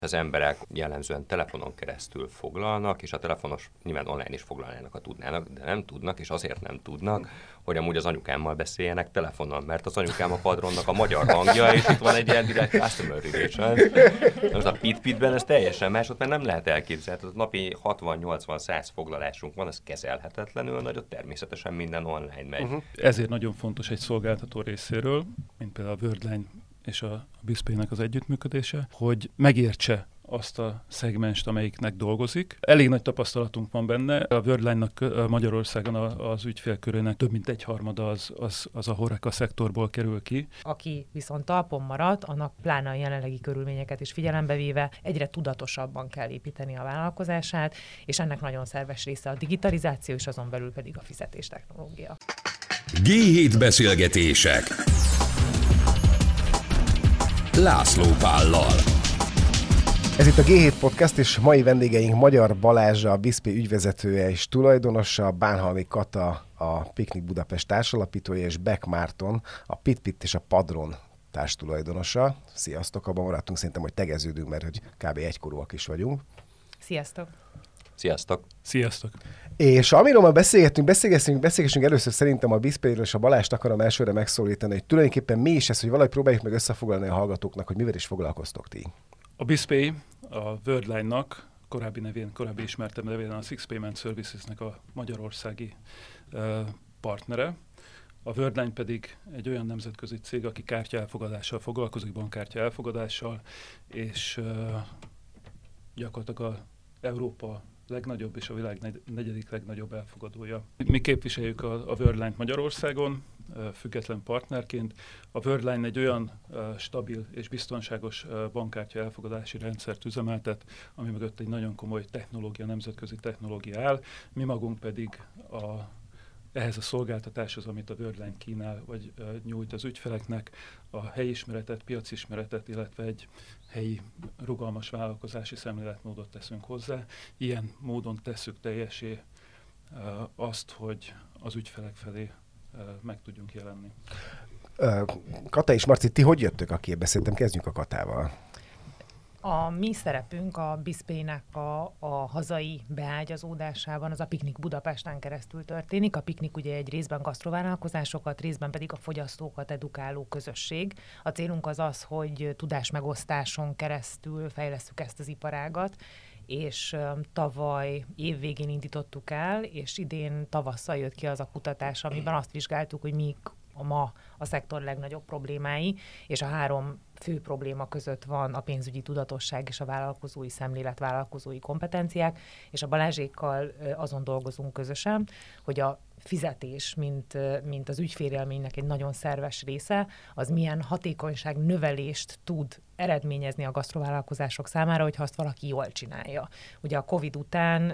Az emberek jellemzően telefonon keresztül foglalnak, és a telefonos nyilván online is foglalnának, ha tudnának, de nem tudnak, és azért nem tudnak, hogy amúgy az anyukámmal beszéljenek telefonon, mert az anyukám a padronnak a magyar hangja, és itt van egy ilyen direct customer relation. Az a pit-pitben ez teljesen más, ott már nem lehet elképzelni. Az napi 60-80-100 foglalásunk van, ez kezelhetetlenül nagy, ott természetesen minden online megy. Ezért nagyon fontos egy szolgáltató részéről, mint például a Worldline és a BizPay-nek az együttműködése, hogy megértse azt a szegmenst, amelyiknek dolgozik. Elég nagy tapasztalatunk van benne. A Worldline-nak Magyarországon az ügyfélkörének több mint 1/3 az a Horeca szektorból kerül ki. Aki viszont talpon maradt, annak pláne a jelenlegi körülményeket is figyelembe véve egyre tudatosabban kell építeni a vállalkozását, és ennek nagyon szerves része a digitalizáció, és azon belül pedig a fizetéstechnológia. G7 beszélgetések László Pállal. Ez itt a G7 Podcast, és mai vendégeink Magyar Balázs, a BizPay ügyvezetője és tulajdonosa, Bánhalmi Kata, a Piknik Budapest társalapítója, és Beck Márton, a Pit-Pit és a Padron társtulajdonosa. Sziasztok, abban maradtunk szerintem, hogy tegeződünk, mert hogy kb. Egykorúak is vagyunk. Sziasztok! Sziasztok! Sziasztok! És amiről ma beszélgessünk először szerintem a BizPay-ről, és a Balást akarom elsőre megszólítani, hogy tulajdonképpen mi is ez, hogy valahogy próbáljuk meg összefoglalni a hallgatóknak, hogy mivel is foglalkoztok ti. A BizPay a Worldline-nak, korábbi ismertebb nevén a Six Payment Services-nek a magyarországi partnere. A Worldline pedig egy olyan nemzetközi cég, aki kártyaelfogadással foglalkozik, bankkártya elfogadással, és gyakorlatilag a Európa legnagyobb és a világ negyedik legnagyobb elfogadója. Mi képviseljük a Worldline-t Magyarországon, független partnerként. A Worldline egy olyan stabil és biztonságos bankkártya elfogadási rendszert üzemeltet, ami mögött egy nagyon komoly technológia, nemzetközi technológia áll. Mi magunk pedig ehhez a szolgáltatáshoz, amit a Worldline kínál, vagy nyújt az ügyfeleknek, a helyismeretet, piacismeretet, illetve egy helyi rugalmas vállalkozási szemléletmódot teszünk hozzá. Ilyen módon tesszük teljesé azt, hogy az ügyfelek felé meg tudjunk jelenni. Kata és Marci, ti hogy jöttök a képbe? Szerintem kezdjünk a Katával. A mi szerepünk a BizPay-nek a hazai beágyazódásában az a Piknik Budapesten keresztül történik. A Piknik ugye egy részben gasztrovállalkozásokat, részben pedig a fogyasztókat edukáló közösség. A célunk az az, hogy tudásmegosztáson keresztül fejlesszük ezt az iparágat, és tavaly évvégén indítottuk el, és idén tavasszal jött ki az a kutatás, amiben azt vizsgáltuk, hogy mik ma a szektor legnagyobb problémái, és a 3 fő probléma között van a pénzügyi tudatosság és a vállalkozói szemlélet, vállalkozói kompetenciák, és a Balázsékkal azon dolgozunk közösen, hogy a fizetés, mint az ügyfélélménynek egy nagyon szerves része, az milyen hatékonyság növelést tud eredményezni a gasztrovállalkozások számára, hogyha azt valaki jól csinálja. Ugye a Covid után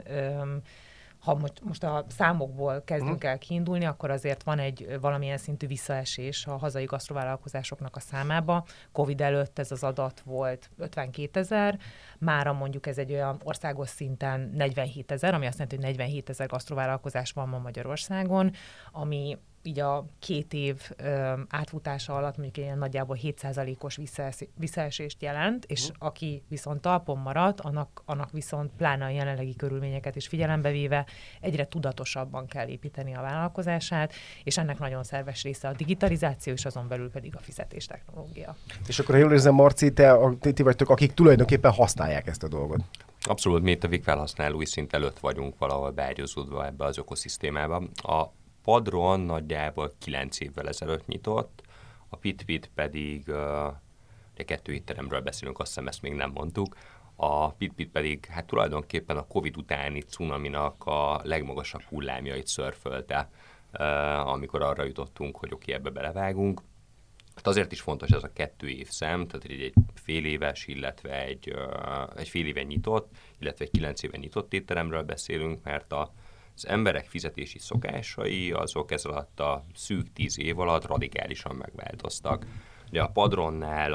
ha most a számokból kezdünk el kiindulni, akkor azért van egy valamilyen szintű visszaesés a hazai gasztrovállalkozásoknak a számába. Covid előtt ez az adat volt 52 000, mára mondjuk ez egy olyan országos szinten 47 000, ami azt jelenti, hogy 47 000 gasztrovállalkozás van ma Magyarországon, ami így a 2 év átfutása alatt mondjuk ilyen nagyjából 7%-os visszaesést jelent, és aki viszont talpon maradt, annak viszont pláne a jelenlegi körülményeket is figyelembe véve egyre tudatosabban kell építeni a vállalkozását, és ennek nagyon szerves része a digitalizáció, és azon belül pedig a fizetéstechnológia. És akkor, ha jól érzem, Marci, ti vagytok, akik tulajdonképpen használják ezt a dolgot. Abszolút, mi itt a végfelhasználói szint előtt vagyunk valahol beágyazódva ebbe az ökoszisztémába. A Padron nagyjából 9 évvel ezelőtt nyitott, a Pit-Pit pedig, ugye 2 étteremről beszélünk, azt hiszem ezt még nem mondtuk, a Pit-Pit pedig hát tulajdonképpen a Covid utáni cunaminak a legmagasabb hullámjait szörfölte, amikor arra jutottunk, hogy oké, ebbe belevágunk. Hát azért is fontos ez a 2 évszám, tehát egy fél éves, illetve egy fél éve nyitott, illetve egy 9 éve nyitott étteremről beszélünk, mert az emberek fizetési szokásai azok ez alatt a szűk 10 év alatt radikálisan megváltoztak. Ugye a Padronnál,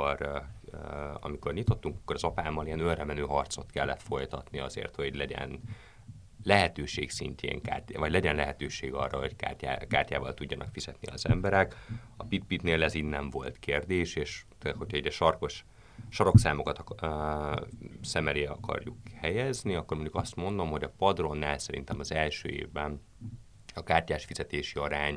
amikor nyitottunk, akkor az apámmal ilyen őrremenő harcot kellett folytatni azért, hogy legyen lehetőség szintjén, vagy legyen lehetőség arra, hogy kártyával tudjanak fizetni az emberek. A Pit-Pitnél ez így nem volt kérdés, és hogyha egy sarkos sarokszámokat szem elé akarjuk helyezni, akkor mondjuk azt mondom, hogy a Padronnál szerintem az első évben a kártyás fizetési arány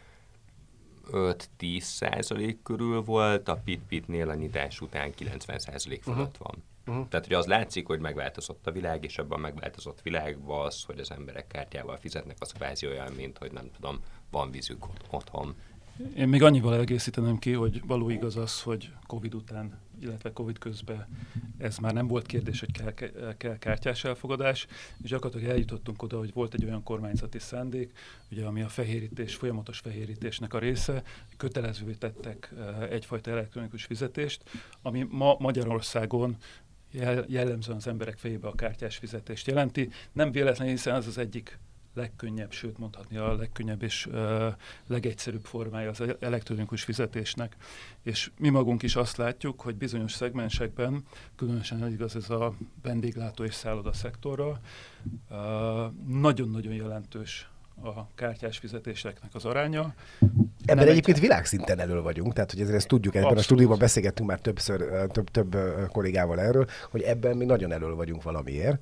5-10% körül volt, a PitPitnél a nyitás után 90% fölött van. Tehát, hogy az látszik, hogy megváltozott a világ, és ebben a megváltozott világban az, hogy az emberek kártyával fizetnek, az kvázi olyan, mint, hogy nem tudom, van vízük otthon. Én még annyival egészítenem ki, hogy való igaz az, hogy Covid után, illetve Covid közben ez már nem volt kérdés, hogy kell kártyás elfogadás, és gyakorlatilag eljutottunk oda, hogy volt egy olyan kormányzati szándék, ugye, ami a fehérítés, folyamatos fehérítésnek a része, kötelezővé tettek egyfajta elektronikus fizetést, ami ma Magyarországon jellemzően az emberek fejébe a kártyás fizetést jelenti. Nem véletlen, hiszen ez az egyik legkönnyebb, sőt mondhatni a legkönnyebb és legegyszerűbb formája az elektronikus fizetésnek. És mi magunk is azt látjuk, hogy bizonyos szegmensekben, különösen igaz ez a vendéglátó és szálloda szektorra, nagyon-nagyon jelentős a kártyás fizetéseknek az aránya. Ebben egyébként világszinten elől vagyunk, tehát hogy ezt tudjuk, ebben Abszolút. A stúdióban beszélgettünk már többször, több kollégával erről, hogy ebben mi nagyon elől vagyunk valamiért.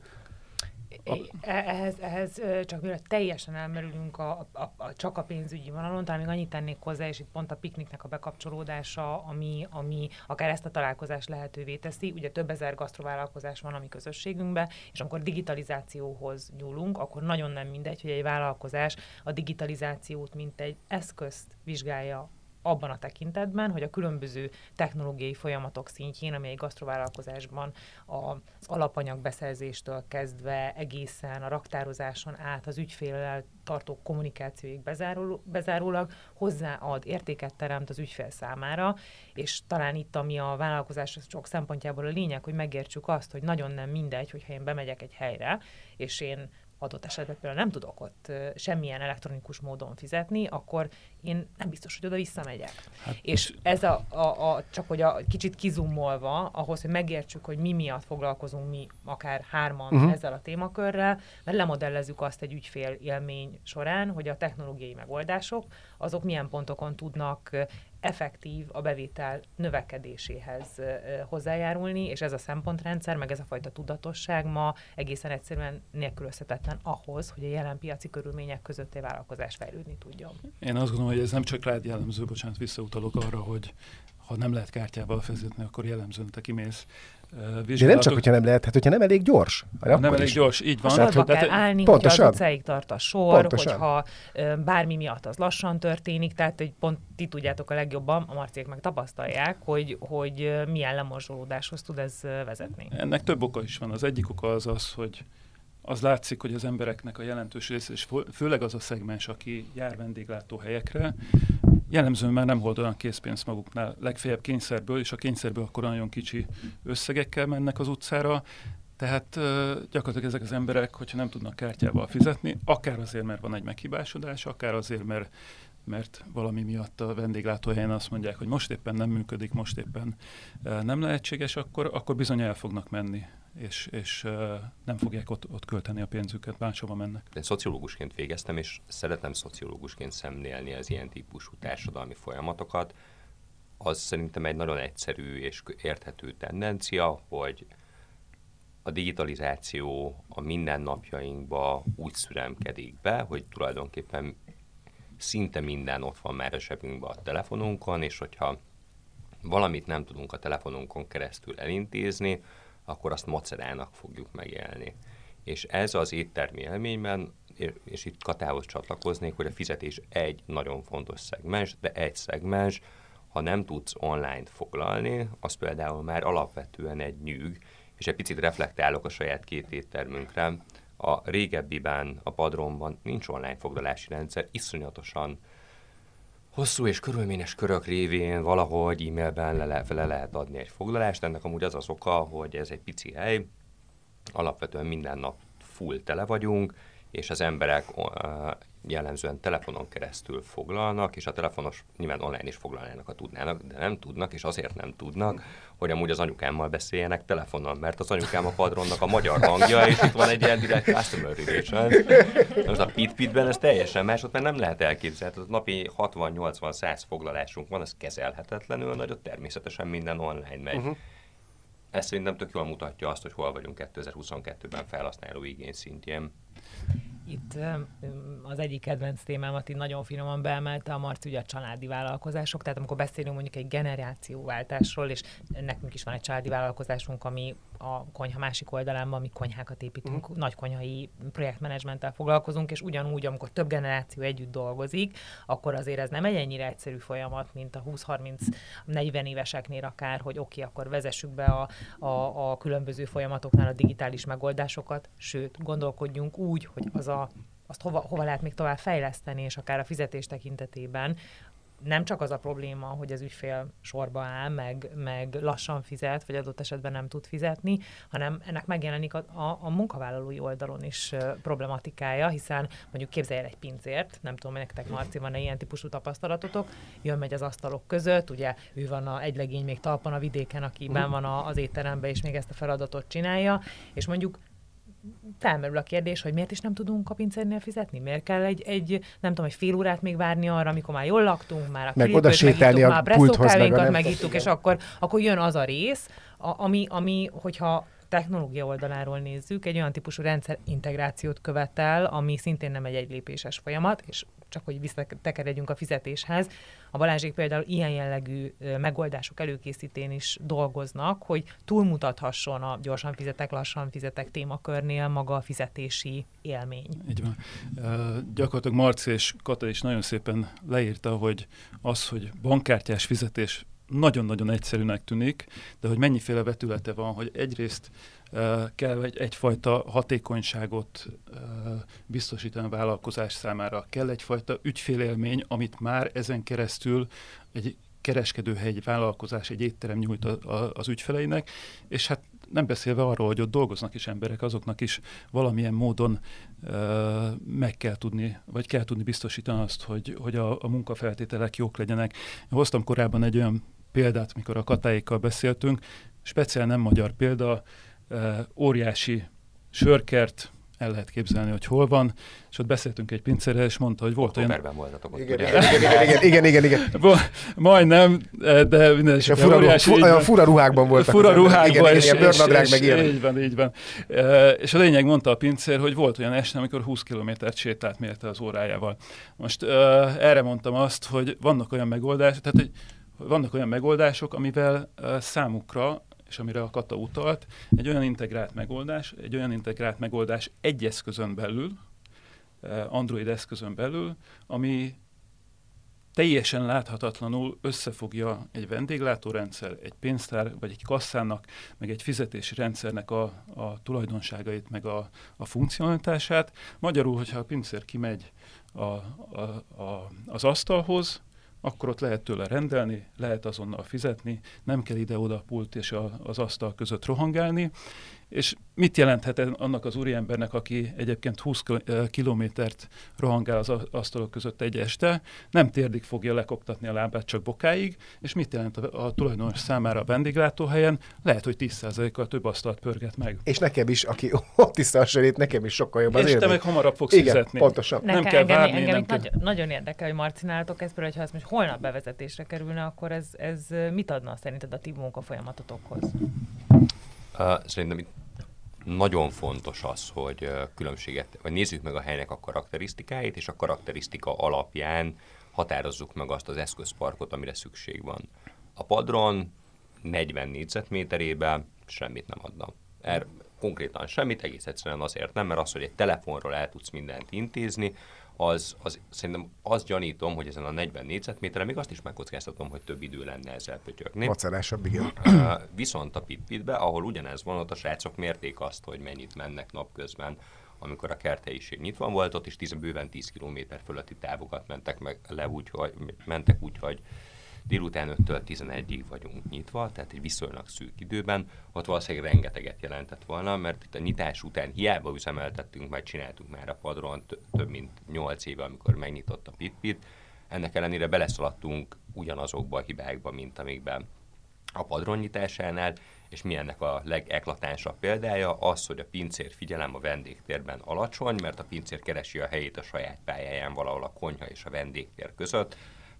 Ehhez csak mivel teljesen elmerülünk csak a pénzügyi vonalon, talán még annyit tennék hozzá, és itt pont a pikniknek a bekapcsolódása, ami akár ezt a találkozást lehetővé teszi. Ugye több ezer gasztrovállalkozás van a mi közösségünkben, és amikor digitalizációhoz nyúlunk, akkor nagyon nem mindegy, hogy egy vállalkozás a digitalizációt mint egy eszközt vizsgálja abban a tekintetben, hogy a különböző technológiai folyamatok szintjén, ami egy gasztrovállalkozásban az alapanyagbeszerzéstől kezdve egészen a raktározáson át az ügyféllel tartó kommunikációig bezárólag hozzáad, értéket teremt az ügyfél számára, és talán itt, ami a vállalkozások szempontjából a lényeg, hogy megértsük azt, hogy nagyon nem mindegy, hogyha én bemegyek egy helyre, és én adott esetben például nem tudok ott semmilyen elektronikus módon fizetni, akkor én nem biztos, hogy oda visszamegyek. Hát, és ez csak hogy kicsit kizummolva, ahhoz, hogy megértsük, hogy mi miatt foglalkozunk mi akár hárman ezzel a témakörrel, mert lemodellezzük azt egy ügyfél élmény során, hogy a technológiai megoldások, azok milyen pontokon tudnak effektív a bevétel növekedéséhez hozzájárulni, és ez a szempontrendszer, meg ez a fajta tudatosság ma egészen egyszerűen nélkülözhetetlen ahhoz, hogy a jelen piaci körülmények között egy vállalkozás fejlődni tudjon. Én azt gondolom, hogy ez nem csak rád jellemző, bocsánat, visszautalok arra, hogy ha nem lehet kártyával fizetni, akkor jellemzően te kimész de nem csak, hogyha nem lehet, hát hogyha nem elég gyors. Nem elég gyors, így van. Sorba kell állni, hogy az utcáig tart a sor, pontosan. Hogyha bármi miatt az lassan történik, tehát hogy pont ti tudjátok a legjobban, a Marciék meg tapasztalják, hogy milyen lemorzsolódáshoz tud ez vezetni. Ennek több oka is van. Az egyik oka az, hogy az látszik, hogy az embereknek a jelentős része, és főleg az a szegmens, aki jár vendéglátóhelyekre, jellemzően már nem hordanak készpénzt maguknál, legfeljebb kényszerből, és a kényszerből akkor nagyon kicsi összegekkel mennek az utcára, tehát gyakorlatilag ezek az emberek, hogyha nem tudnak kártyával fizetni, akár azért, mert van egy meghibásodás, akár azért, mert valami miatt a vendéglátóhelyen azt mondják, hogy most éppen nem működik, most éppen nem lehetséges, akkor bizony el fognak menni, és nem fogják ott költeni a pénzüket, máshova mennek. De szociológusként végeztem, és szeretem szociológusként szemlélni az ilyen típusú társadalmi folyamatokat. Az szerintem egy nagyon egyszerű és érthető tendencia, hogy a digitalizáció a mindennapjainkba úgy szüremkedik be, hogy tulajdonképpen szinte minden ott van már a zsebünkben a telefonunkon, és hogyha valamit nem tudunk a telefonunkon keresztül elintézni, akkor azt macerának fogjuk megélni. És ez az éttermi élményben, és itt Katához csatlakoznék, hogy a fizetés egy nagyon fontos szegmens, de egy szegmens, ha nem tudsz online foglalni, az például már alapvetően egy nyűg, és egy picit reflektálok a saját két éttermünkre. A régebbiben, a Padronban nincs online foglalási rendszer, iszonyatosan hosszú és körülményes körök révén valahogy e-mailben le lehet adni egy foglalást. Ennek amúgy az oka, hogy ez egy pici hely, alapvetően minden nap full tele vagyunk, és az emberek jellemzően telefonon keresztül foglalnak, és a telefonos nyilván online is foglalnának, ha tudnának, de nem tudnak, és azért nem tudnak, hogy amúgy az anyukámmal beszéljenek telefonon, mert az anyukám a Padronnak a magyar hangja, és itt van egy ilyen direct customer relation. Most a PitPitben ez teljesen más, ott már nem lehet elképzelni, az napi 60-80-100 foglalásunk van, ez kezelhetetlenül nagy, ott természetesen minden online megy. Ez szerintem tök jól mutatja azt, hogy hol vagyunk 2022-ben felhasználó igény szintjén. Itt az egyik kedvenc témámat így nagyon finoman beemelte a Marci, ugye a családi vállalkozások, tehát amikor beszélünk mondjuk egy generációváltásról, és nekünk is van egy családi vállalkozásunk, ami a konyha másik oldalán, mi konyhákat építünk, nagy konyhai projektmenedzsmenttel foglalkozunk, és ugyanúgy, amikor több generáció együtt dolgozik, akkor azért ez nem egy ennyire egyszerű folyamat, mint a 20-30-40 éveseknél akár, hogy oké, akkor vezessük be a különböző folyamatoknál a digitális megoldásokat, sőt, gondolkodjunk úgy, hogy azt hova lehet még tovább fejleszteni, és akár a fizetés tekintetében nem csak az a probléma, hogy az ügyfél sorba áll, meg lassan fizet, vagy adott esetben nem tud fizetni, hanem ennek megjelenik a munkavállalói oldalon is problematikája, hiszen mondjuk képzelj el egy pincért, nem tudom, nektek Marci, van-e ilyen típusú tapasztalatotok, jön-megy az asztalok között, ugye ő van egy legény még talpon a vidéken, aki benn van az étteremben, és még ezt a feladatot csinálja, és mondjuk felmerül a kérdés, hogy miért is nem tudunk a pincérnél fizetni? Miért kell egy nem tudom, egy fél órát még várni arra, amikor már jól laktunk, már a kilépőt megittuk, már a presszókávénkat megittuk, és akkor jön az a rész, ami hogyha technológia oldaláról nézzük, egy olyan típusú rendszer integrációt követel, ami szintén nem egy egylépéses folyamat, és csak hogy visszatekeredjünk a fizetéshez. A Balázsék például ilyen jellegű megoldások előkészítén is dolgoznak, hogy túlmutathasson a gyorsan fizetek, lassan fizetek témakörnél maga a fizetési élmény. Így van. Gyakorlatilag Marci és Kata is nagyon szépen leírta, hogy hogy bankkártyás fizetés nagyon-nagyon egyszerűnek tűnik, de hogy mennyiféle vetülete van, hogy egyrészt kell egyfajta hatékonyságot biztosítani a vállalkozás számára, kell egyfajta ügyfélélmény, amit már ezen keresztül egy kereskedőhely, egy vállalkozás, egy étterem nyújt az ügyfeleinek, és hát nem beszélve arról, hogy ott dolgoznak is emberek, azoknak is valamilyen módon meg kell tudni, vagy kell tudni biztosítani azt, hogy a munkafeltételek jók legyenek. Én hoztam korábban egy olyan példát, mikor a Katáékkal beszéltünk, speciál nem magyar példa, óriási sörkert, el lehet képzelni, hogy hol van, és ott beszéltünk egy pincérrel, és mondta, hogy volt olyan... voltatok ott. Igen. Majdnem, de minden és a fura ruhákban voltak. Fura ruhákban, és bőrnadrág meg ilyen. Így van. És a lényeg mondta a pincér, hogy volt olyan este, amikor 20 kilométert sétált mérte az órájával. Most erre mondtam azt, hogy vannak olyan megoldások, amivel számukra, és amire a Kata utalt, egy olyan integrált megoldás egy eszközön belül, Android eszközön belül, ami teljesen láthatatlanul összefogja egy vendéglátórendszer, egy pénztár, vagy egy kasszának, meg egy fizetési rendszernek a tulajdonságait, meg a funkcionalitását. Magyarul, hogyha a pincér kimegy az asztalhoz, akkor ott lehet tőle rendelni, lehet azonnal fizetni, nem kell ide-oda a pult és az asztal között rohangálni. És mit jelenthet annak az úriembernek, aki egyébként 20 kilométert rohangál az asztalok között egy este, nem térdig fogja lekoptatni a lábát, csak bokáig, és mit jelent a tulajdonos számára a vendéglátóhelyen? Lehet, hogy 10%-kal több asztalt pörget meg. És nekem is, aki ott tiszta a sörét, nekem is sokkal jobb az élmény. És te meg hamarabb fogsz fizetni. Pontosan. Nem kell várni. Engem nagyon érdekel, hogy Marci, nálatok ez például, hogyha most holnap bevezetésre kerülne, akkor ez mit adna szerinted a ti munkafolyamatotokhoz? Szerintem itt nagyon fontos az, hogy vagy nézzük meg a helynek a karakterisztikáit, és a karakterisztika alapján határozzuk meg azt az eszközparkot, amire szükség van. A padron 40 négyzetméterében semmit nem adna. Konkrétan semmit, egész egyszerűen azért nem, mert az, hogy egy telefonról el tudsz mindent intézni, az szerintem azt gyanítom, hogy ezen a 40 négyzetméteren még azt is megkockáztatom, hogy több idő lenne ezzel pötyögni. Macerásabb, igen. Viszont a Pit-Pitbe, ahol ugyanez van, ott a srácok mérték azt, hogy mennyit mennek napközben, amikor a kerthelyiség nyitva volt, ott is bőven 10 km fölötti távokat mentek úgy, hogy délután 5-től 11-ig vagyunk nyitva, tehát egy viszonylag szűk időben, ott valószínűleg rengeteget jelentett volna, mert itt a nyitás után hiába üzemeltettünk, majd csináltunk már a padron több mint 8 éve, amikor megnyitott a Pit-Pit, ennek ellenére beleszaladtunk ugyanazokba a hibákba, mint amikben a padron nyitásánál, és mi ennek a legeklatánsabb példája az, hogy a pincér figyelem a vendégtérben alacsony, mert a pincér keresi a helyét a saját pályáján valahol a konyha és a vendégtér között,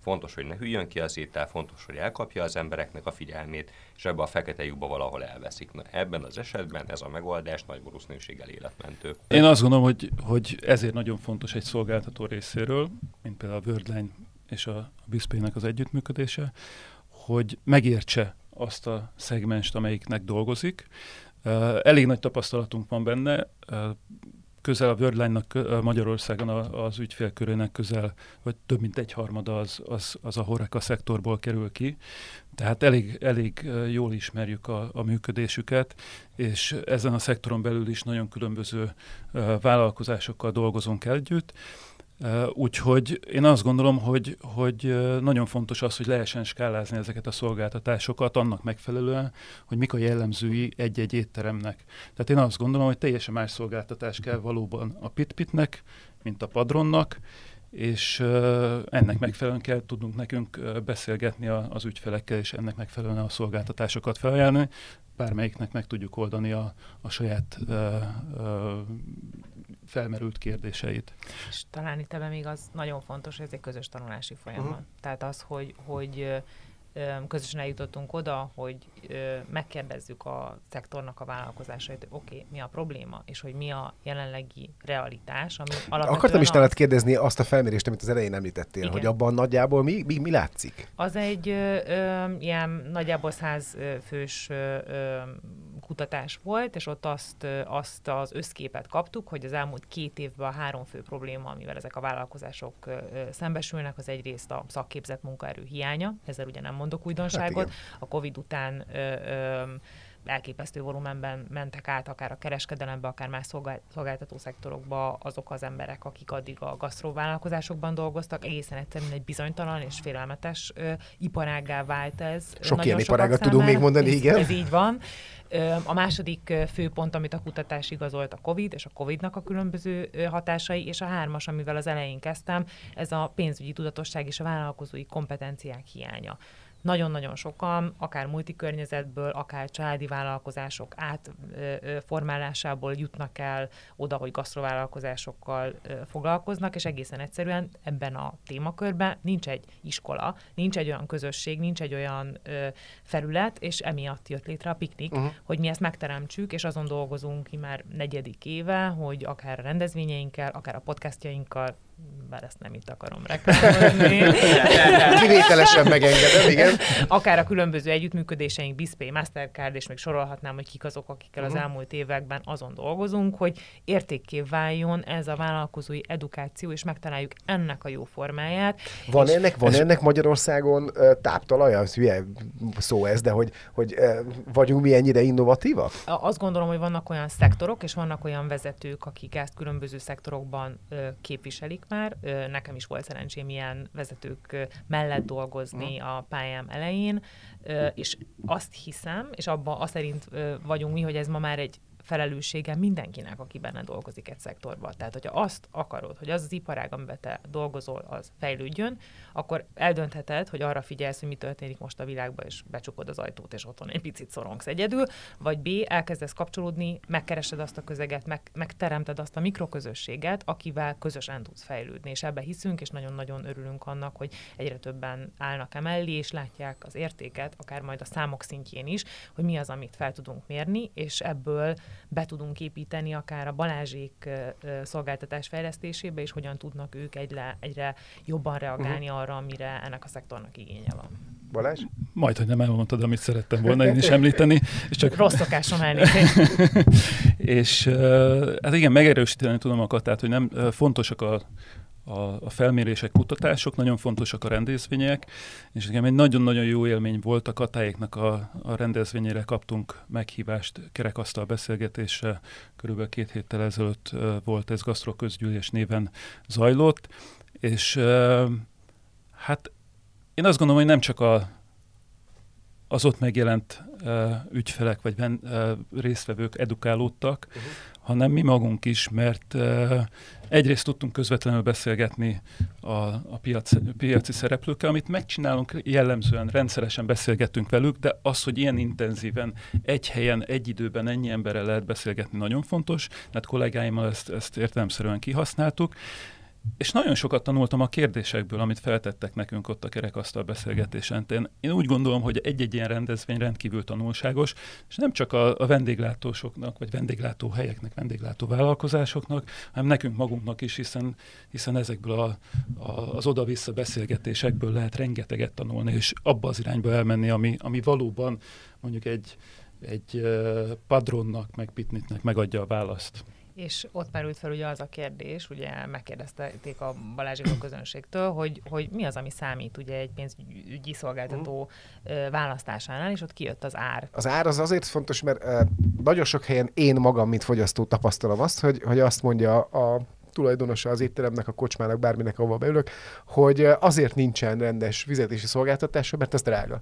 Fontos, hogy ne hűljön ki az étel, fontos, hogy elkapja az embereknek a figyelmét, és ebbe a fekete lyukba valahol elveszik. Na, ebben az esetben ez a megoldás nagy valószínűséggel életmentő. Én azt gondolom, hogy ezért nagyon fontos egy szolgáltató részéről, mint például a Worldline és a BizPay-nek az együttműködése, hogy megértse azt a szegmenst, amelyiknek dolgozik. Elég nagy tapasztalatunk van benne, közel a Worldline-nak Magyarországon az ügyfélkörének közel, vagy több mint 1/3 az a HoReCa szektorból kerül ki. Tehát elég jól ismerjük a működésüket, és ezen a szektoron belül is nagyon különböző vállalkozásokkal dolgozunk együtt. Úgyhogy én azt gondolom, hogy nagyon fontos az, hogy lehessen skálázni ezeket a szolgáltatásokat annak megfelelően, hogy mik a jellemzői egy-egy étteremnek. Tehát én azt gondolom, hogy teljesen más szolgáltatás kell valóban a PitPitnek, mint a Padronnak, és ennek megfelelően kell tudnunk nekünk beszélgetni az ügyfelekkel, és ennek megfelelően a szolgáltatásokat felajánlani. Bármelyiknek meg tudjuk oldani a saját felmerült kérdéseit. És talán itt ebben még az nagyon fontos, hogy ez egy közös tanulási folyamat. Tehát az, hogy közösen eljutottunk oda, hogy megkérdezzük a szektornak a vállalkozásait, hogy oké, mi a probléma, és hogy mi a jelenlegi realitás, ami alapvetően... Akartam is tőled kérdezni azt a felmérést, amit az elején említettél, igen, hogy abban nagyjából mi látszik? Az egy ilyen nagyjából 100 fős kutatás volt, és ott azt az összképet kaptuk, hogy az elmúlt 2 évben a 3 fő probléma, amivel ezek a vállalkozások szembesülnek, az egyrészt a szakképzett munkaerő hiánya, ezzel ugye nem mondok újdonságot, hát a Covid után elképesztő volumenben mentek át akár a kereskedelembe, akár más szolgáltató szektorokba azok az emberek, akik addig a gasztrovállalkozásokban dolgoztak. Egészen egyszerűen egy bizonytalan és félelmetes iparággá vált ez. Sok ilyen iparágat tudunk még mondani, igen. Ez így van. A második főpont, amit a kutatás igazolt, a Covid és a Covid-nak a különböző hatásai, és a 3-as, amivel az elején kezdtem, ez a pénzügyi tudatosság és a vállalkozói kompetenciák hiánya. Nagyon-nagyon sokan, akár multikörnyezetből, akár családi vállalkozások átformálásából jutnak el oda, hogy gasztrovállalkozásokkal foglalkoznak, és egészen egyszerűen ebben a témakörben nincs egy iskola, nincs egy olyan közösség, nincs egy olyan felület, és emiatt jött létre a Piknik, hogy mi ezt megteremtsük, és azon dolgozunk ki már 4. éve, hogy akár a rendezvényeinkkel, akár a podcastjainkkal, bár ezt nem itt akarom reklámozni. Kivételesen megengedem, igen. Akár a különböző együttműködéseink, BizPay, Mastercard, és még sorolhatnám, hogy kik azok, akikkel az elmúlt években azon dolgozunk, hogy értékké váljon ez a vállalkozói edukáció, és megtaláljuk ennek a jó formáját. Van ennek Magyarországon táptalaja? Hülye szó ez, de hogy vagyunk mi ennyire innovatívak? Azt gondolom, hogy vannak olyan szektorok, és vannak olyan vezetők, akik ezt különböző szektorokban képviselik már. Nekem is volt szerencsém ilyen vezetők mellett dolgozni a pályám elején, és azt hiszem, és abban azt szerint vagyunk mi, hogy ez ma már egy felelőssége mindenkinek, aki benne dolgozik egy szektorban. Tehát, hogyha azt akarod, hogy az az iparág, amiben te dolgozol, az fejlődjön, akkor eldöntheted, hogy arra figyelsz, hogy mi történik most a világban, és becsukod az ajtót, és otthon egy picit szorongsz egyedül, vagy B, elkezdesz kapcsolódni, megkeresed azt a közeget, megteremted azt a mikroközösséget, akivel közösen tudsz fejlődni, és ebbe hiszünk, és nagyon-nagyon örülünk annak, hogy egyre többen állnak emellé, és látják az értéket, akár majd a számok szintjén is, hogy mi az, amit fel tudunk mérni, és ebből be tudunk építeni akár a Balázsék szolgáltatás fejlesztésébe, és hogyan tudnak ők egyre jobban reagálni arra, amire ennek a szektornak igénye van. Balázs? Majdhogy nem elmondtad, amit szerettem volna én is említeni. És csak... Rossz szokásom elnézést. És hát igen, megerősíteni tudom a Katát, hogy nem fontosak a felmérések, kutatások, nagyon fontosak a rendezvények, és nekem egy nagyon-nagyon jó élmény volt a Katáéknak a rendezvényére kaptunk meghívást kerekasztal beszélgetésre, körülbelül 2 héttel ezelőtt volt ez gasztroközgyűlés néven zajlott, és hát én azt gondolom, hogy nem csak az ott megjelent ügyfelek vagy résztvevők edukálódtak, hanem mi magunk is, mert egyrészt tudtunk közvetlenül beszélgetni a piaci szereplőkkel, amit megcsinálunk jellemzően, rendszeresen beszélgetünk velük, de az, hogy ilyen intenzíven, egy helyen, egy időben ennyi emberrel lehet beszélgetni, nagyon fontos, mert kollégáimmal ezt értelemszerűen kihasználtuk, És nagyon sokat tanultam a kérdésekből, amit feltettek nekünk ott a kerekasztal beszélgetésen. Én úgy gondolom, hogy egy-egy ilyen rendezvény rendkívül tanulságos, és nem csak a vendéglátósoknak, vagy vendéglátóhelyeknek, vendéglátóvállalkozásoknak, hanem nekünk magunknak is, hiszen ezekből az oda-vissza beszélgetésekből lehet rengeteget tanulni, és abba az irányba elmenni, ami valóban mondjuk egy padronnak, meg pitniknek megadja a választ. És ott merült fel ugye az a kérdés, ugye megkérdezték a Balázsék közönségtől, hogy mi az, ami számít ugye egy pénzügyi szolgáltató választásánál, és ott kijött az ár. Az ár az azért fontos, mert nagyon sok helyen én magam, mint fogyasztó tapasztalom azt, hogy azt mondja a tulajdonosa az étteremnek, a kocsmának, bárminek, ahova beülök, hogy azért nincsen rendes fizetési szolgáltatása, mert ez drága.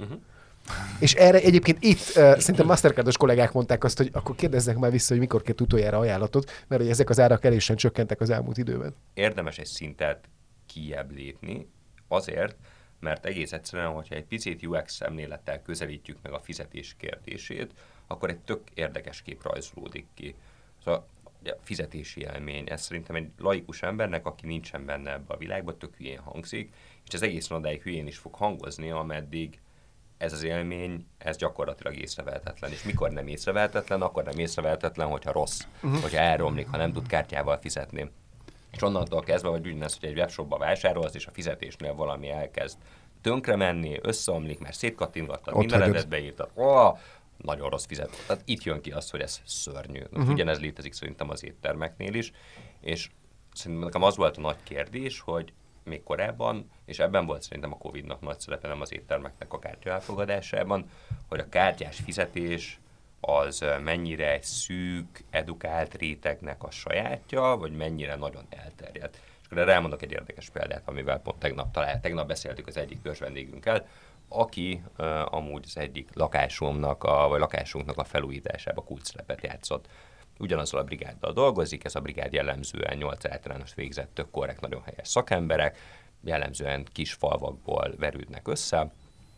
És erre egyébként itt szerintem Mastercardos kollégák mondták azt, hogy akkor kérdeznek már vissza, hogy mikor kért utoljára ajánlatot, mert hogy ezek az árak elésen csökkentek az elmúlt időben. Érdemes egy szintet kijebb lépni azért, mert egész egyszerűen, hogyha egy picit UX szemlélettel közelítjük meg a fizetés kérdését, akkor egy tök érdekes kép rajzolódik ki. Szóval a fizetési élmény, ez szerintem egy laikus embernek, aki nincsen benne ebbe a világban, tök hülyén hangzik, és ez egészen odáig hülyén is fog hangozni, ameddig ez az élmény, ez gyakorlatilag észrevehetetlen. És mikor nem észrevehetetlen, akkor nem észrevehetetlen, hogyha rossz, hogyha elromlik, ha nem tud kártyával fizetni. És onnantól kezdve, hogy ugyanez, hogy egy webshopba vásárolsz, és a fizetésnél valami elkezd tönkre menni, összeomlik, mert szétkattingattad, mindenedet beírtad, nagyon rossz fizető. Tehát itt jön ki az, hogy ez szörnyű. Ugyanez létezik szerintem az éttermeknél is, és szerintem nekem az volt a nagy kérdés, hogy még korábban, és ebben volt szerintem a Covid-nak nagy szerepe, nem az éttermeknek a kártya elfogadásában, hogy a kártyás fizetés az mennyire egy szűk, edukált rétegnek a sajátja, vagy mennyire nagyon elterjedt. És akkor erre elmondok egy érdekes példát, amivel pont tegnap beszéltük az egyik törzs vendégünkkel, aki amúgy az egyik lakásunknak a felújításába kulcsszerepet játszott. Ugyanazzal a brigáddal dolgozik, ez a brigád jellemzően 8 általános végzett, tök korrekt, nagyon helyes szakemberek, jellemzően kis falvakból verődnek össze,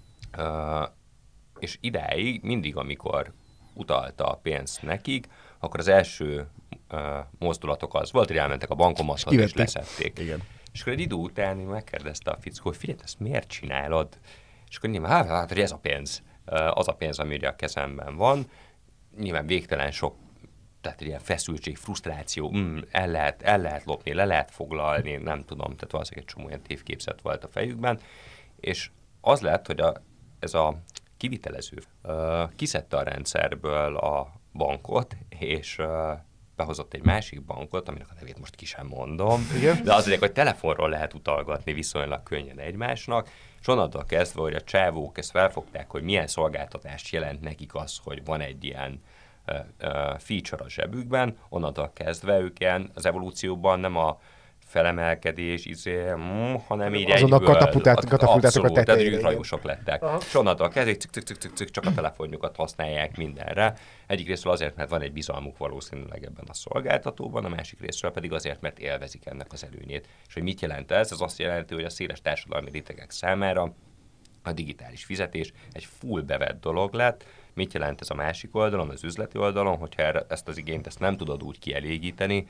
és idáig mindig, amikor utalta a pénzt nekik, akkor az első mozdulatok az volt, hogy elmentek a bankomathoz és leszették. Igen. És akkor egy idő után megkérdezte a fickó, hogy figyelj, ezt miért csinálod? És akkor nyilván, hogy ez a pénz, az a pénz, ami ugye a kezemben van, nyilván végtelen sok, tehát ilyen feszültség, frusztráció, el lehet lopni, le lehet foglalni, nem tudom, tehát valószínűleg egy csomó ilyen tévképzet volt a fejükben, és az lett, hogy ez a kivitelező kiszedte a rendszerből a bankot, és behozott egy másik bankot, aminek a nevét most ki sem mondom, igen. De az lényeg, hogy telefonról lehet utalgatni viszonylag könnyen egymásnak, és onnantól kezdve, hogy a csávók ezt felfogták, hogy milyen szolgáltatást jelent nekik az, hogy van egy ilyen feature a zsebükben, onnantól kezdve ők ilyen az evolúcióban nem a felemelkedés, hanem így azonnal katapultáltak a tetejére. Tehát űrhajósok lettek. És onnantól kezdve csak a telefonjukat használják mindenre. Egyik részről azért, mert van egy bizalmuk valószínűleg ebben a szolgáltatóban, a másik részről pedig azért, mert élvezik ennek az előnyét. És hogy mit jelent ez? Ez azt jelenti, hogy a széles társadalmi rétegek számára a digitális fizetés egy full bevett dolog lett. Mit jelent ez a másik oldalon, az üzleti oldalon, hogyha ezt az igényt nem tudod úgy kielégíteni,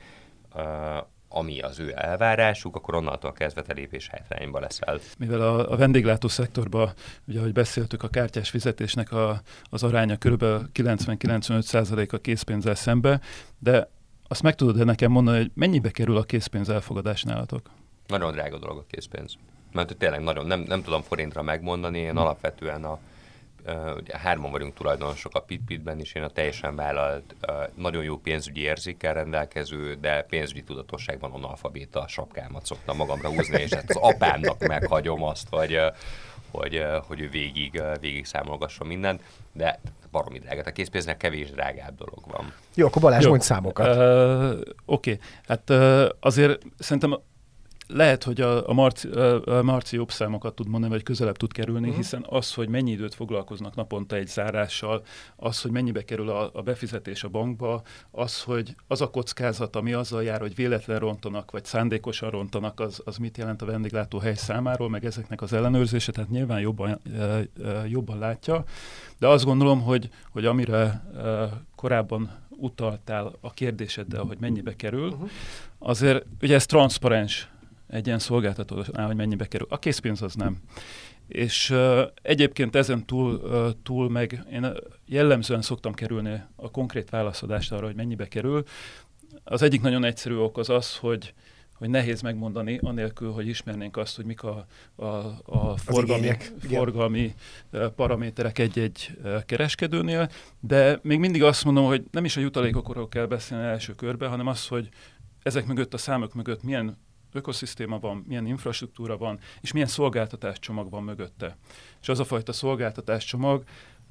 ami az ő elvárásuk, akkor onnantól kezdve te lépés hátrányba leszel. Mivel a vendéglátó szektorban, ugye ahogy beszéltük, a kártyás fizetésnek az aránya kb. 90-95% a készpénzzel szembe, de azt meg tudod nekem mondani, hogy mennyibe kerül a készpénz elfogadás nálatok? Nagyon drága dolog a készpénz. Mert tényleg nagyon, nem tudom forintra megmondani, én alapvetően ugye 3 vagyunk tulajdonosok a PitPitben is, én a teljesen vállalt, nagyon jó pénzügyi érzékkel rendelkező, de pénzügyi tudatosságban analfabéta sapkámat szoktam magamra húzni, és hát az apámnak meghagyom azt, hogy ő végig számolgasson mindent, de baromi drága. A készpénznek kevés drágább dolog van. Jó, akkor Balázs, mondj számokat. Oké. Hát azért szerintem lehet, hogy a Marci jobb számokat tud mondani, vagy közelebb tud kerülni, hiszen az, hogy mennyi időt foglalkoznak naponta egy zárással, az, hogy mennyibe kerül a befizetés a bankba, az, hogy az a kockázat, ami azzal jár, hogy véletlen rontanak, vagy szándékosan rontanak, az mit jelent a vendéglátóhely számáról, meg ezeknek az ellenőrzése, tehát nyilván jobban látja. De azt gondolom, hogy amire korábban utaltál a kérdéseddel, hogy mennyibe kerül, azért ugye ez transzparens egy ilyen szolgáltatónál, hogy mennyibe kerül. A készpénz az nem. És egyébként ezen túl meg én jellemzően szoktam kerülni a konkrét válaszadást arra, hogy mennyibe kerül. Az egyik nagyon egyszerű ok az, hogy nehéz megmondani, anélkül, hogy ismernénk azt, hogy mik a forgalmi paraméterek egy-egy kereskedőnél, de még mindig azt mondom, hogy nem is a jutalékokról kell beszélni első körben, hanem az, hogy ezek mögött, a számok mögött milyen ökoszisztéma van, milyen infrastruktúra van, és milyen szolgáltatáscsomag van mögötte. És az a fajta szolgáltatáscsomag,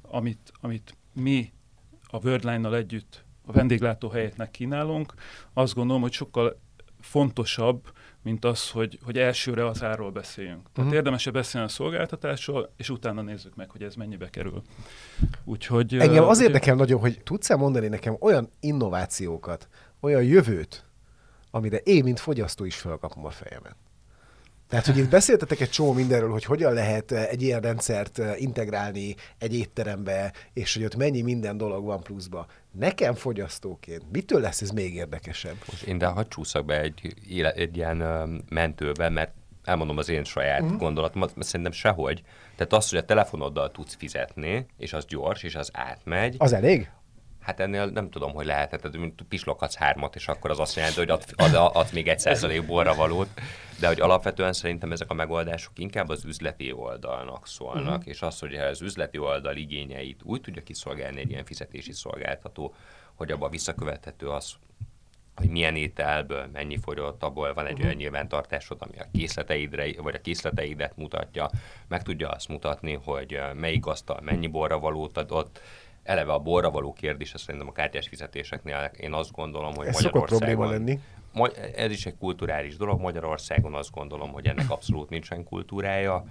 amit mi a Worldline-nal együtt a vendéglátóhelyeknek kínálunk, azt gondolom, hogy sokkal fontosabb, mint az, hogy elsőre az árról beszéljünk. Tehát érdemesebb beszélni a szolgáltatásról, és utána nézzük meg, hogy ez mennyibe kerül. Úgyhogy, engem az érdekel nagyon, hogy tudsz-e mondani nekem olyan innovációkat, olyan jövőt, amire én, mint fogyasztó is felkapom a fejemet. Tehát, hogy itt beszéltetek egy csomó mindenről, hogy hogyan lehet egy ilyen rendszert integrálni egy étterembe, és hogy ott mennyi minden dolog van pluszba. Nekem fogyasztóként mitől lesz ez még érdekesebb? Most én hadd csúszak be egy ilyen mentőbe, mert elmondom az én saját gondolatomat, mert szerintem sehogy. Tehát az, hogy a telefonoddal tudsz fizetni, és az gyors, és az átmegy. Az elég? Hát ennél nem tudom, hogy lehet, tehát pisloghatsz 3, és akkor az azt jelenti, hogy adsz még 1% borra valót, de hogy alapvetően szerintem ezek a megoldások inkább az üzleti oldalnak szólnak, és az, hogy az üzleti oldal igényeit úgy tudja kiszolgálni egy ilyen fizetési szolgáltató, hogy abban visszakövethető az, hogy milyen ételből mennyi fogyott, abból van egy olyan nyilvántartásod, ami a készleteidre, vagy a készleteidet mutatja, meg tudja azt mutatni, hogy melyik asztal mennyi borra valót adott. Eleve a borra való kérdés, szerintem a kártyás fizetéseknél én azt gondolom, hogy ez Magyarországon... lenni. Ez is egy kulturális dolog. Magyarországon azt gondolom, hogy ennek abszolút nincsen kultúrája.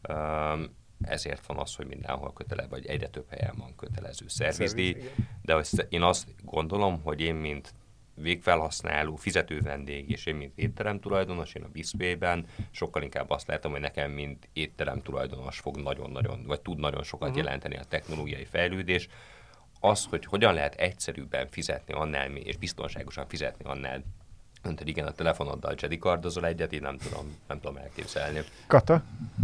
Ezért van az, hogy mindenhol kötelező, vagy egyre több helyen van kötelező szervizdíj. De én azt gondolom, hogy én, mint végfelhasználó, fizető vendég, és én, mint étterem tulajdonos, én a Bispay-ben sokkal inkább azt látom, hogy nekem, mint étterem tulajdonos fog nagyon-nagyon, vagy tud nagyon sokat jelenteni a technológiai fejlődés. Az, hogy hogyan lehet egyszerűbben fizetni annál, és biztonságosan fizetni annál, mint hogy igen, a telefonoddal jedikardozol egyet, én nem tudom elképzelni. Kata?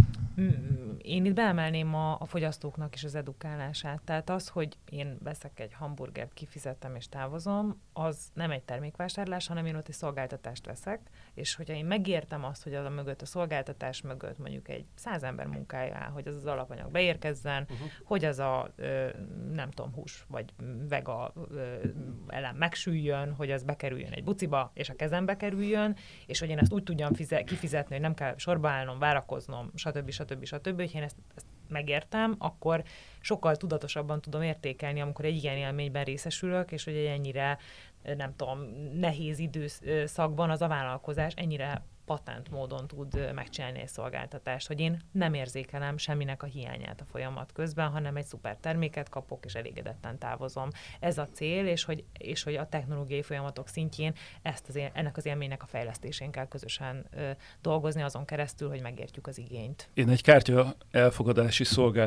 Én itt beemelném a fogyasztóknak is az edukálását. Tehát az, hogy én veszek egy hamburgert, kifizettem és távozom, az nem egy termékvásárlás, hanem én ott egy szolgáltatást veszek, és hogyha én megértem azt, hogy az a mögött, a szolgáltatás mögött mondjuk egy 100 ember munkája áll, hogy az az alapanyag beérkezzen, hogy az a nem tudom, hús vagy vega elem megsüljön, hogy az bekerüljön egy buciba, és a kezembe kerüljön, és hogy én ezt úgy tudjam kifizetni, hogy nem kell sorba állnom, várakoznom, stb. Hogyha én ezt megértem, akkor sokkal tudatosabban tudom értékelni, amikor egy ilyen élményben részesülök, és hogy egy ennyire, nem tudom, nehéz időszakban az a vállalkozás ennyire patent módon tud megcsinálni egy szolgáltatást, hogy én nem érzékelem semminek a hiányát a folyamat közben, hanem egy szuper terméket kapok, és elégedetten távozom. Ez a cél, és hogy a technológiai folyamatok szintjén ennek az élménynek a fejlesztésén kell közösen dolgozni, azon keresztül, hogy megértjük az igényt. Én egy kártya elfogadási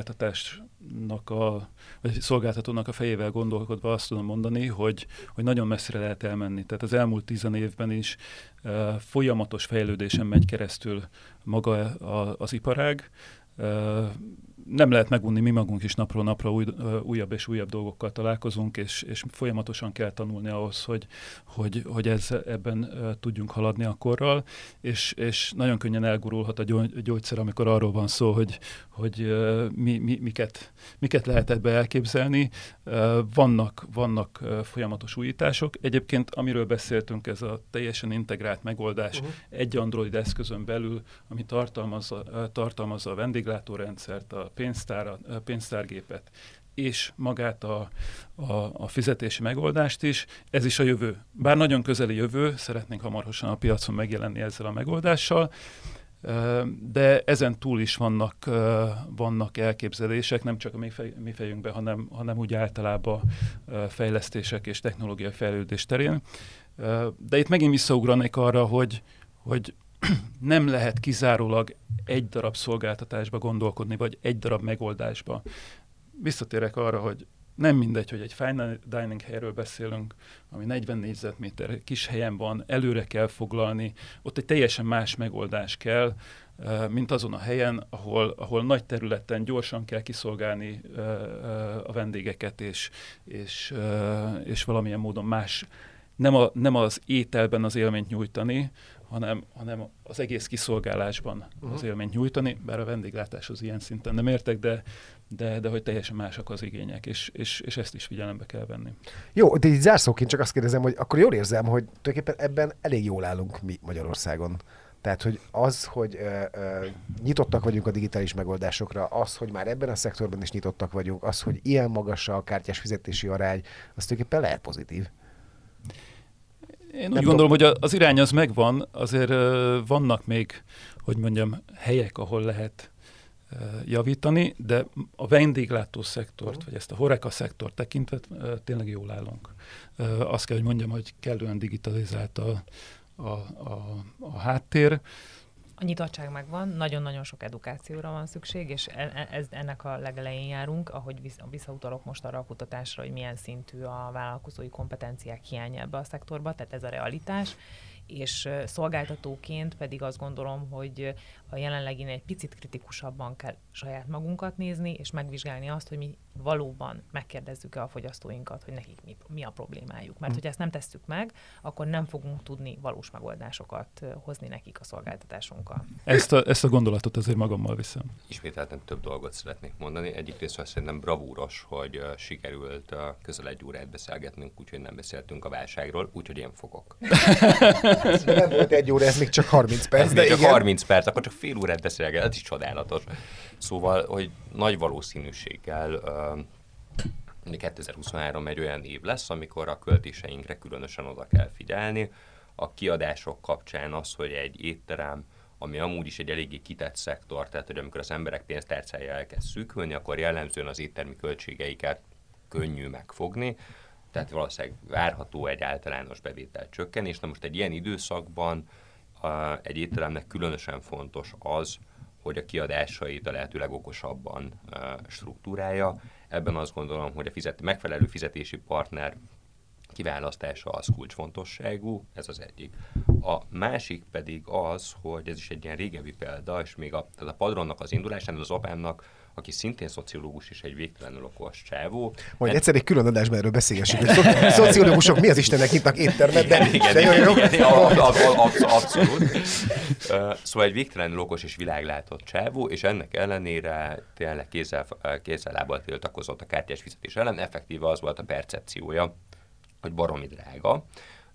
szolgáltatónak a fejével gondolkodva azt tudom mondani, hogy nagyon messzire lehet elmenni. Tehát az elmúlt 10 évben is folyamatos fejlődésen megy keresztül maga az iparág. Nem lehet megunni, mi magunk is napról napra újabb és újabb dolgokkal találkozunk, és folyamatosan kell tanulni ahhoz, hogy ebben tudjunk haladni a korral, és nagyon könnyen elgurulhat a gyógyszer, amikor arról van szó, hogy miket lehet ebbe elképzelni. Vannak folyamatos újítások. Egyébként, amiről beszéltünk, ez a teljesen integrált megoldás egy Android eszközön belül, ami tartalmazza a vendéglátórendszert, a pénztárgépet, és magát a fizetési megoldást is, ez is a jövő. Bár nagyon közeli jövő, szeretnénk hamarosan a piacon megjelenni ezzel a megoldással, de ezen túl is vannak elképzelések, nem csak a mi fejünkben, hanem úgy általában fejlesztések és technológiai fejlődés terén. De itt megint visszaugranék arra, hogy nem lehet kizárólag egy darab szolgáltatásba gondolkodni, vagy egy darab megoldásba. Visszatérek arra, hogy Nem mindegy, hogy egy fine dining helyről beszélünk, ami 40 négyzetméter kis helyen van, előre kell foglalni, ott egy teljesen más megoldás kell, mint azon a helyen, ahol nagy területen gyorsan kell kiszolgálni a vendégeket, és valamilyen módon más, nem az ételben az élményt nyújtani, hanem az egész kiszolgálásban az élményt nyújtani, bár a vendéglátáshoz ilyen szinten nem értek, de hogy teljesen másak az igények, és ezt is figyelembe kell venni. Jó, de így zárszóként csak azt kérdezem, hogy akkor jól érzem, hogy tulajdonképpen ebben elég jól állunk mi Magyarországon. Tehát, hogy az, hogy nyitottak vagyunk a digitális megoldásokra, az, hogy már ebben a szektorban is nyitottak vagyunk, az, hogy ilyen magas a kártyás fizetési arány, az tulajdonképpen lehet pozitív. Én úgy gondolom, hogy az irány az megvan, azért vannak még, hogy mondjam, helyek, ahol lehet javítani, de a vendéglátó szektort, vagy ezt a HoReCa szektort tekintve tényleg jól állunk. Azt kell, hogy mondjam, hogy kellően digitalizált a háttér. A nyitottság megvan, nagyon-nagyon sok edukációra van szükség, és ennek a legelején járunk, ahogy visszautalok most arra a kutatásra, hogy milyen szintű a vállalkozói kompetenciák hiánya ebbe a szektorba, tehát ez a realitás, és szolgáltatóként pedig azt gondolom, hogy a jelenlegén egy picit kritikusabban kell saját magunkat nézni, és megvizsgálni azt, hogy mi valóban megkérdezzük-e a fogyasztóinkat, hogy nekik mi a problémájuk. Mert hogyha ezt nem tesszük meg, akkor nem fogunk tudni valós megoldásokat hozni nekik a szolgáltatásunkkal. Ezt a gondolatot azért magammal viszem. Ismételten több dolgot szeretnék mondani. Egyik részről szerintem bravúros, hogy sikerült közel 1 órát beszélgetnünk, úgyhogy nem beszéltünk a válságról, úgyhogy én fogok. Nem volt 1 óra, ez még csak 30 perc. Ez még csak 30 perc, akkor csak fél órát beszélget, ez is csodálatos. Szóval, hogy nagy valószínűséggel 2023 egy olyan év lesz, amikor a költéseinkre különösen oda kell figyelni. A kiadások kapcsán az, hogy egy étterem, ami amúgy is egy eléggé kitett szektor, tehát hogy amikor az emberek pénztárcája elkezd szűkülni, akkor jellemzően az éttermi költségeiket könnyű megfogni, tehát valószínűleg várható egy általános bevétel csökkenés. Na most egy ilyen időszakban egy étteremnek különösen fontos az, hogy a kiadásait a lehető legokosabban struktúrálja. Ebben azt gondolom, hogy a megfelelő fizetési partner kiválasztása az kulcsfontosságú, ez az egyik. A másik pedig az, hogy ez is egy ilyen régebbi példa, és még a Padronnak az indulásán, az apámnak, aki szintén szociológus és egy végtelenül okos csávó. Majd egyszer egy külön adásban erről beszélgessünk, hogy szociológusok mi az Istennek nyitnak éttermet, de abszolút. Szóval egy végtelenül okos és világlátott csávó, és ennek ellenére tényleg kézzel-lábbal tiltakozott a kártyás fizetés ellen, effektíve az volt a percepciója, hogy baromi drága.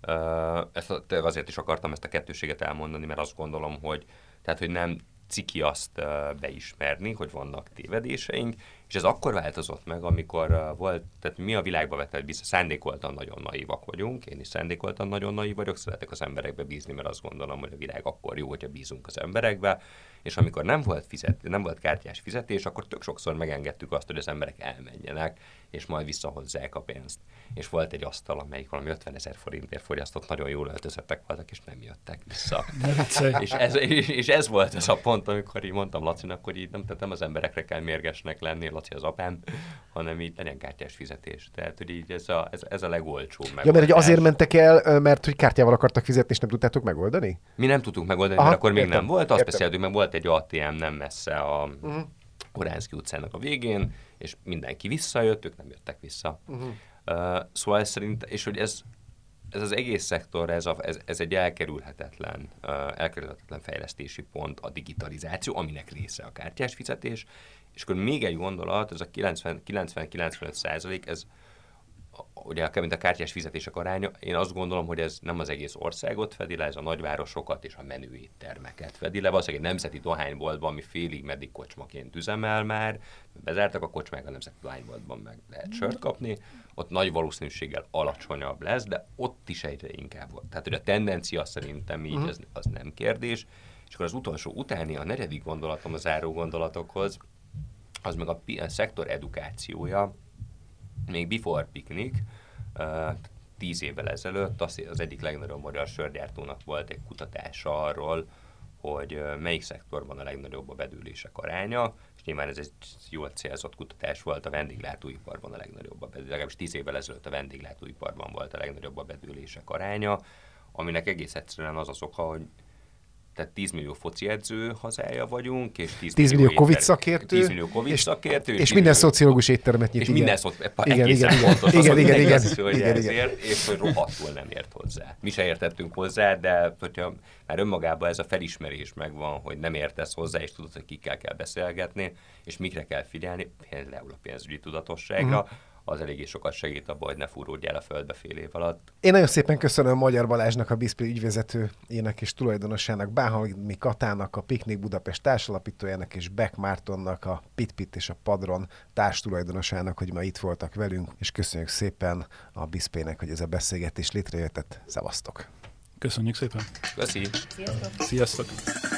Azért is akartam ezt a kettőséget elmondani, mert azt gondolom, hogy nem ciki azt beismerni, hogy vannak tévedéseink, és ez akkor változott meg, amikor volt, tehát mi a világba vetett vissza, szándékoltan nagyon naívak vagyunk, én is szándékoltan nagyon naív vagyok, szeretek az emberekbe bízni, mert azt gondolom, hogy a világ akkor jó, hogyha bízunk az emberekbe, és amikor nem volt kártyás fizetés, akkor tök sokszor megengedtük azt, hogy az emberek elmenjenek, és majd visszahozzák a pénzt. És volt egy asztal, amelyik valami 50 000 forintért fogyasztott, nagyon jól öltözettek voltak, és nem jöttek vissza. és ez volt az a pont, amikor így mondtam Lacinak, hogy így nem az emberekre kell mérgesnek lenni, Laci az apám, hanem így legyen kártyás fizetés. Tehát, hogy így ez a legolcsóbb megoldás. Ja, mert hogy azért mentek el, mert hogy kártyával akartak fizetni, és nem tudtátok megoldani? Mi nem tudtuk megoldani, mert akkor még nem volt. Azt beszéltünk, meg volt egy ATM nem messze a Oránszky utcának a végén, és mindenki visszajött, ők nem jöttek vissza. Szóval szerint, és hogy ez az egész szektor, ez egy elkerülhetetlen fejlesztési pont a digitalizáció, aminek része a kártyás fizetés, és akkor még egy gondolat, ez a 90-95%, ez ugye, mint a kártyás fizetések aránya, én azt gondolom, hogy ez nem az egész országot fedi le, ez a nagyvárosokat és a menő éttermeket fedi le. Valószínűleg egy nemzeti dohányboltban, ami félig meddig kocsmaként üzemel már, bezártak a kocsmák, a nemzeti dohányboltban meg lehet sört kapni, ott nagy valószínűséggel alacsonyabb lesz, de ott is egyre inkább volt. Tehát, hogy a tendencia szerintem így, az nem kérdés. És akkor az utolsó utáni, a negyedik gondolatom a záró gondolatokhoz, az meg a szektor edukációja. Még before Picnic, 10 évvel ezelőtt az egyik legnagyobb magyar sörgyártónak volt egy kutatása arról, hogy melyik szektorban a legnagyobb a bedőlések aránya, és nyilván ez egy jól célzott kutatás volt, a vendéglátóiparban a legnagyobb a bedőlés, legalábbis 10 évvel ezelőtt a vendéglátóiparban volt a legnagyobb a bedőlések aránya, aminek egész egyszerűen az az oka, hogy tehát 10 millió foci edző hazája vagyunk, és 10 millió Covid szakértő, 10 millió Covid szakértő, és minden szociológus éttermet nyit. És minden egészen pontos igen, és hogy rohadtul nem ért hozzá. Mi se értettünk hozzá, de hogyha már önmagában ez a felismerés megvan, hogy nem értesz hozzá, és tudod, hogy kikkel kell beszélgetni, és mikre kell figyelni, leül a pénzügyi tudatosságra, az eléggé sokat segít abban, hogy ne fúródjál a földbe fél év alatt. Én nagyon szépen köszönöm Magyar Balázsnak, a BISPE ügyvezetőjének és tulajdonosának, Bánhalmi Katának, a Piknik Budapest társalapítójának, és Beck Mártonnak, a Pit és a Padron társtulajdonosának, hogy ma itt voltak velünk, és köszönjük szépen a BISPE-nek, hogy ez a beszélgetés létrejöhetett. Szevasztok! Köszönjük szépen! Köszi! Sziasztok! Sziasztok!